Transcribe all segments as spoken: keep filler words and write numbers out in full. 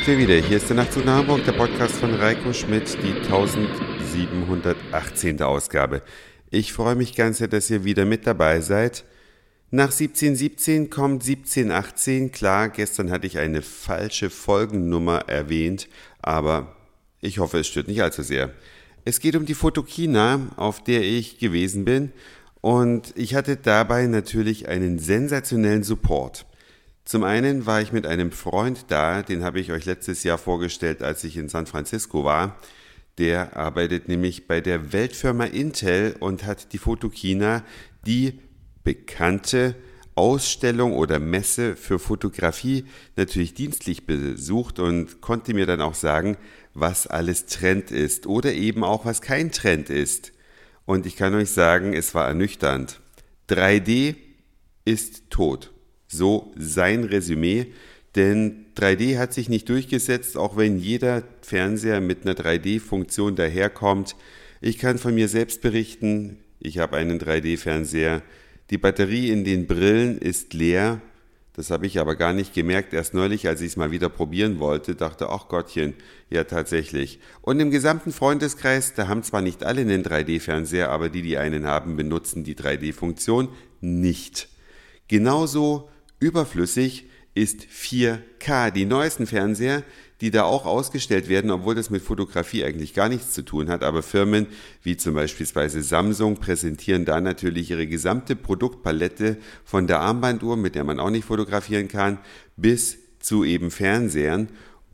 sind wir wieder. Hier ist der Nachtzug nach Hamburg, der Podcast von Reiko Schmidt, die tausendsiebenhundertachtzehnte Ausgabe. Ich freue mich ganz sehr, dass ihr wieder mit dabei seid. Nach siebzehn siebzehn kommt siebzehn achtzehn. Klar, gestern hatte ich eine falsche Folgennummer erwähnt, aber ich hoffe, es stört nicht allzu sehr. Es geht um die Photokina, auf der ich gewesen bin, und ich hatte dabei natürlich einen sensationellen Support. Zum einen war ich mit einem Freund da, den habe ich euch letztes Jahr vorgestellt, als ich in San Francisco war. Der arbeitet nämlich bei der Weltfirma Intel und hat die Photokina, die bekannte Ausstellung oder Messe für Fotografie, natürlich dienstlich besucht und konnte mir dann auch sagen, was alles Trend ist oder eben auch was kein Trend ist. Und ich kann euch sagen, es war ernüchternd. drei D ist tot. So sein Resümee, denn drei D hat sich nicht durchgesetzt, auch wenn jeder Fernseher mit einer drei D-Funktion daherkommt. Ich kann von mir selbst berichten, ich habe einen drei D-Fernseher. Die Batterie in den Brillen ist leer, das habe ich aber gar nicht gemerkt. Erst neulich, als ich es mal wieder probieren wollte, dachte, ach Gottchen, ja tatsächlich. Und im gesamten Freundeskreis, da haben zwar nicht alle einen drei D-Fernseher, aber die, die einen haben, benutzen die drei D-Funktion nicht. Genauso überflüssig ist vier K. Die neuesten Fernseher, die da auch ausgestellt werden, obwohl das mit Fotografie eigentlich gar nichts zu tun hat, aber Firmen wie zum Beispiel Samsung präsentieren da natürlich ihre gesamte Produktpalette von der Armbanduhr, mit der man auch nicht fotografieren kann, bis zu eben Fernsehern.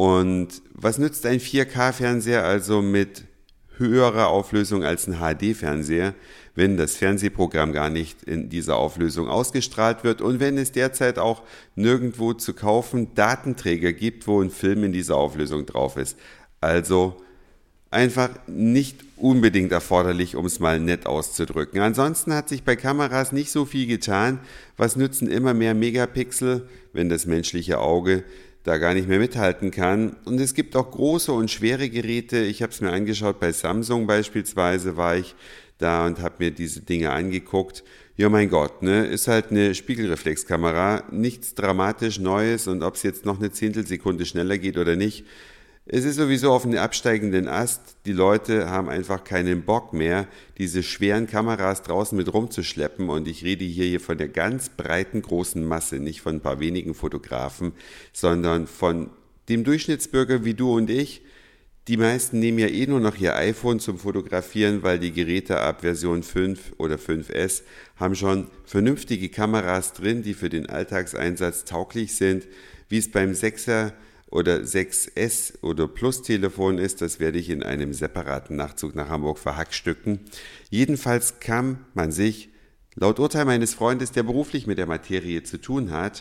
Und was nützt ein vier K-Fernseher also mit höherer Auflösung als ein H D-Fernseher, wenn das Fernsehprogramm gar nicht in dieser Auflösung ausgestrahlt wird und wenn es derzeit auch nirgendwo zu kaufen Datenträger gibt, wo ein Film in dieser Auflösung drauf ist. Also einfach nicht unbedingt erforderlich, um es mal nett auszudrücken. Ansonsten hat sich bei Kameras nicht so viel getan. Was nützen immer mehr Megapixel, wenn das menschliche Auge da gar nicht mehr mithalten kann. Und es gibt auch große und schwere Geräte. Ich habe es mir angeschaut, bei Samsung beispielsweise war ich da und habe mir diese Dinge angeguckt. Ja, mein Gott, ne, ist halt eine Spiegelreflexkamera, nichts dramatisch Neues, und ob es jetzt noch eine Zehntelsekunde schneller geht oder nicht, es ist sowieso auf einem absteigenden Ast. Die Leute haben einfach keinen Bock mehr, diese schweren Kameras draußen mit rumzuschleppen, und ich rede hier von der ganz breiten großen Masse, nicht von ein paar wenigen Fotografen, sondern von dem Durchschnittsbürger wie du und ich. Die meisten nehmen ja eh nur noch ihr iPhone zum Fotografieren, weil die Geräte ab Version fünf oder fünf S haben schon vernünftige Kameras drin, die für den Alltagseinsatz tauglich sind, wie es beim sechser oder sechs S oder Plus Telefon ist. Das werde ich in einem separaten Nachtzug nach Hamburg verhackstücken. Jedenfalls kann man sich, laut Urteil meines Freundes, der beruflich mit der Materie zu tun hat,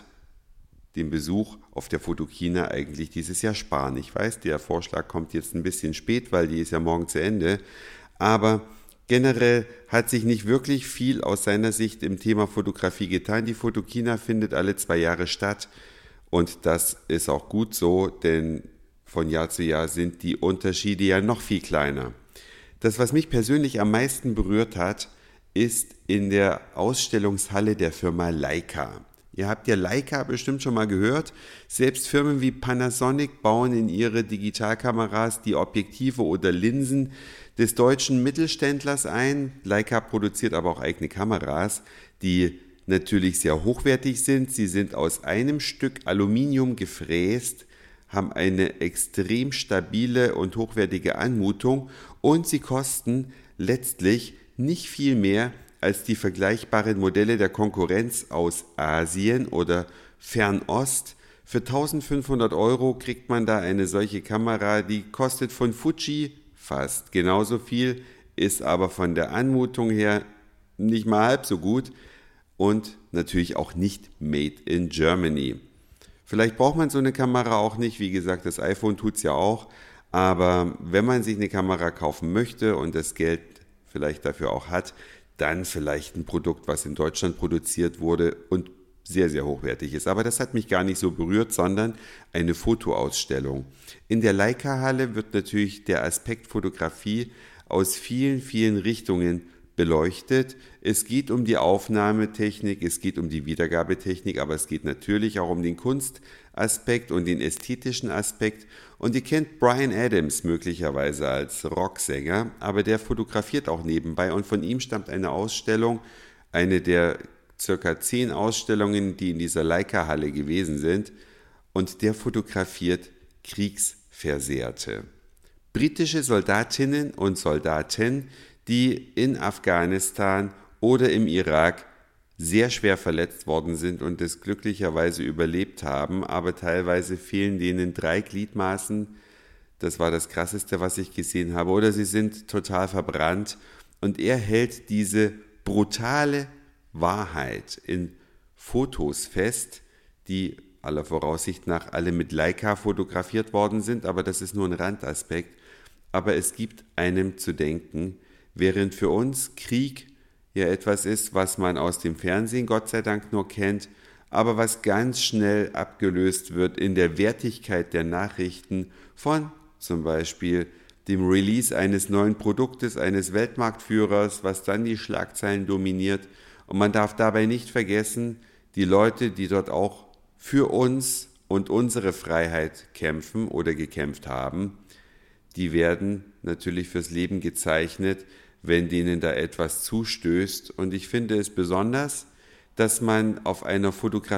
den Besuch auf der Photokina eigentlich dieses Jahr sparen. Ich weiß, der Vorschlag kommt jetzt ein bisschen spät, weil die ist ja morgen zu Ende, aber generell hat sich nicht wirklich viel aus seiner Sicht im Thema Fotografie getan. Die Photokina findet alle zwei Jahre statt, und das ist auch gut so, denn von Jahr zu Jahr sind die Unterschiede ja noch viel kleiner. Das, was mich persönlich am meisten berührt hat, ist in der Ausstellungshalle der Firma Leica. Ihr habt ja Leica bestimmt schon mal gehört. Selbst Firmen wie Panasonic bauen in ihre Digitalkameras die Objektive oder Linsen des deutschen Mittelständlers ein. Leica produziert aber auch eigene Kameras, die natürlich sehr hochwertig sind. Sie sind aus einem Stück Aluminium gefräst, haben eine extrem stabile und hochwertige Anmutung, und sie kosten letztlich nicht viel mehr als die vergleichbaren Modelle der Konkurrenz aus Asien oder Fernost. Für eintausendfünfhundert Euro kriegt man da eine solche Kamera, die kostet von Fuji fast genauso viel, ist aber von der Anmutung her nicht mal halb so gut und natürlich auch nicht made in Germany. Vielleicht braucht man so eine Kamera auch nicht, wie gesagt, das iPhone tut's ja auch, aber wenn man sich eine Kamera kaufen möchte und das Geld vielleicht dafür auch hat, dann vielleicht ein Produkt, was in Deutschland produziert wurde und sehr, sehr hochwertig ist. Aber das hat mich gar nicht so berührt, sondern eine Fotoausstellung. In der Leica-Halle wird natürlich der Aspekt Fotografie aus vielen, vielen Richtungen beleuchtet. Es geht um die Aufnahmetechnik, es geht um die Wiedergabetechnik, aber es geht natürlich auch um den Kunstaspekt und den ästhetischen Aspekt. Und ihr kennt Bryan Adams möglicherweise als Rocksänger, aber der fotografiert auch nebenbei und von ihm stammt eine Ausstellung, eine der circa zehn Ausstellungen, die in dieser Leica-Halle gewesen sind, und der fotografiert Kriegsversehrte. Britische Soldatinnen und Soldaten, die in Afghanistan oder im Irak sehr schwer verletzt worden sind und es glücklicherweise überlebt haben, aber teilweise fehlen denen drei Gliedmaßen. Das war das Krasseste, was ich gesehen habe. Oder sie sind total verbrannt. Und er hält diese brutale Wahrheit in Fotos fest, die aller Voraussicht nach alle mit Leica fotografiert worden sind, aber das ist nur ein Randaspekt. Aber es gibt einem zu denken, während für uns Krieg ja etwas ist, was man aus dem Fernsehen Gott sei Dank nur kennt, aber was ganz schnell abgelöst wird in der Wertigkeit der Nachrichten von zum Beispiel dem Release eines neuen Produktes, eines Weltmarktführers, was dann die Schlagzeilen dominiert. Und man darf dabei nicht vergessen, die Leute, die dort auch für uns und unsere Freiheit kämpfen oder gekämpft haben, die werden natürlich fürs Leben gezeichnet, wenn denen da etwas zustößt. Und ich finde es besonders, dass man auf einer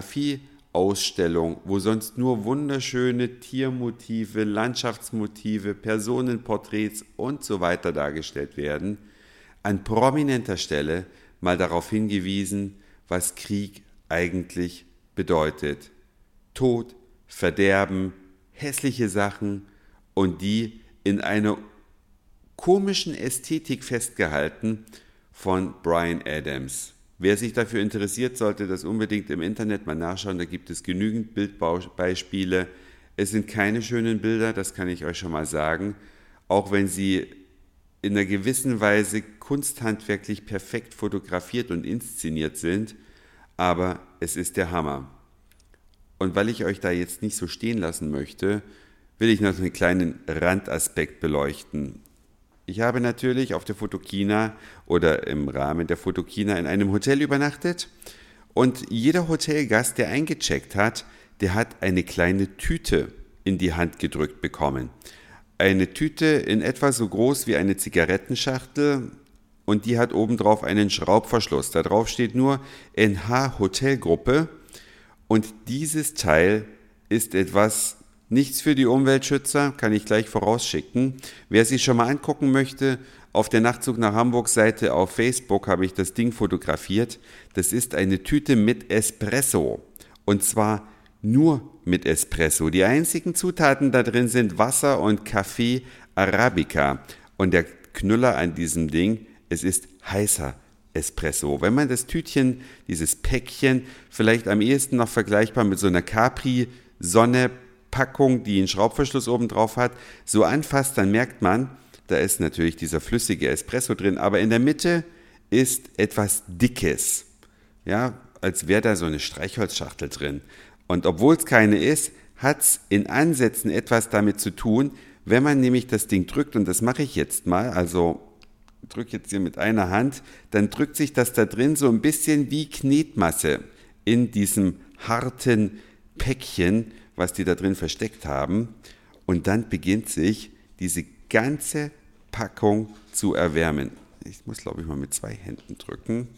Fotografieausstellung, wo sonst nur wunderschöne Tiermotive, Landschaftsmotive, Personenporträts und so weiter dargestellt werden, an prominenter Stelle mal darauf hingewiesen, was Krieg eigentlich bedeutet. Tod, Verderben, hässliche Sachen und die in einer komischen Ästhetik festgehalten von Bryan Adams. Wer sich dafür interessiert, sollte das unbedingt im Internet mal nachschauen, da gibt es genügend Bildbeispiele. Es sind keine schönen Bilder, das kann ich euch schon mal sagen, auch wenn sie in einer gewissen Weise kunsthandwerklich perfekt fotografiert und inszeniert sind, aber es ist der Hammer. Und weil ich euch da jetzt nicht so stehen lassen möchte, will ich noch einen kleinen Randaspekt beleuchten. Ich habe natürlich auf der Photokina oder im Rahmen der Photokina in einem Hotel übernachtet und jeder Hotelgast, der eingecheckt hat, der hat eine kleine Tüte in die Hand gedrückt bekommen. Eine Tüte in etwa so groß wie eine Zigarettenschachtel und die hat obendrauf einen Schraubverschluss. Da drauf steht nur N H Hotelgruppe und dieses Teil ist etwas nichts für die Umweltschützer, kann ich gleich vorausschicken. Wer sich schon mal angucken möchte, auf der Nachtzug nach Hamburg Seite auf Facebook habe ich das Ding fotografiert. Das ist eine Tüte mit Espresso und zwar nur mit Espresso. Die einzigen Zutaten da drin sind Wasser und Kaffee Arabica. Und der Knüller an diesem Ding, es ist heißer Espresso. Wenn man das Tütchen, dieses Päckchen, vielleicht am ehesten noch vergleichbar mit so einer Capri-Sonne Packung, die einen Schraubverschluss oben drauf hat, so anfasst, dann merkt man, da ist natürlich dieser flüssige Espresso drin, aber in der Mitte ist etwas Dickes, ja, als wäre da so eine Streichholzschachtel drin. Und obwohl es keine ist, hat es in Ansätzen etwas damit zu tun, wenn man nämlich das Ding drückt, und das mache ich jetzt mal, also drücke jetzt hier mit einer Hand, dann drückt sich das da drin so ein bisschen wie Knetmasse in diesem harten Päckchen, was die da drin versteckt haben. Und dann beginnt sich diese ganze Packung zu erwärmen. Ich muss, glaube ich, mal mit zwei Händen drücken.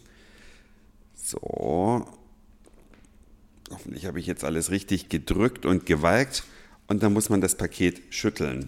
So. Hoffentlich habe ich jetzt alles richtig gedrückt und gewalkt. Und dann muss man das Paket schütteln.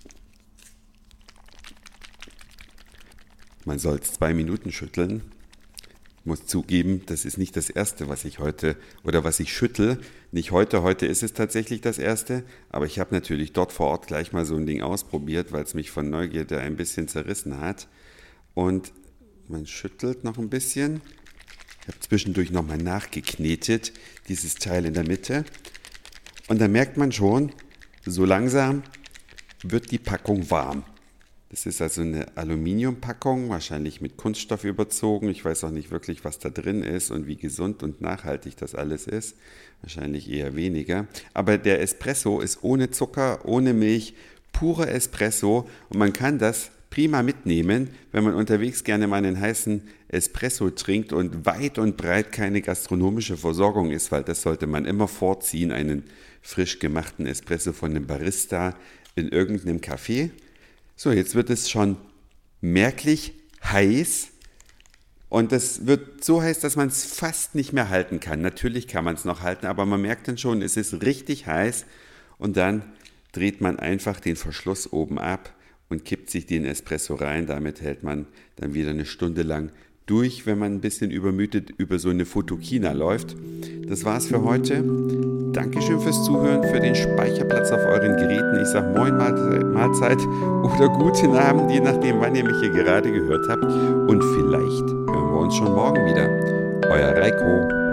Man soll es zwei Minuten schütteln. Ich muss zugeben, das ist nicht das Erste, was ich heute oder was ich schüttel. Nicht heute, heute ist es tatsächlich das Erste, aber ich habe natürlich dort vor Ort gleich mal so ein Ding ausprobiert, weil es mich von Neugierde ein bisschen zerrissen hat. Und man schüttelt noch ein bisschen. Ich habe zwischendurch nochmal nachgeknetet, dieses Teil in der Mitte. Und dann merkt man schon, so langsam wird die Packung warm. Das ist also eine Aluminiumpackung, wahrscheinlich mit Kunststoff überzogen. Ich weiß auch nicht wirklich, was da drin ist und wie gesund und nachhaltig das alles ist. Wahrscheinlich eher weniger. Aber der Espresso ist ohne Zucker, ohne Milch, purer Espresso. Und man kann das prima mitnehmen, wenn man unterwegs gerne mal einen heißen Espresso trinkt und weit und breit keine gastronomische Versorgung ist, weil das sollte man immer vorziehen, einen frisch gemachten Espresso von einem Barista in irgendeinem Café. So, jetzt wird es schon merklich heiß und es wird so heiß, dass man es fast nicht mehr halten kann. Natürlich kann man es noch halten, aber man merkt dann schon, es ist richtig heiß und dann dreht man einfach den Verschluss oben ab und kippt sich den Espresso rein. Damit hält man dann wieder eine Stunde lang durch, wenn man ein bisschen übermüdet über so eine Fotokina läuft. Das war's für heute. Dankeschön fürs Zuhören, für den Speicherplatz auf euren Geräten. Ich sage Moin Mahlzeit oder guten Abend, je nachdem, wann ihr mich hier gerade gehört habt. Und vielleicht hören wir uns schon morgen wieder. Euer Reiko.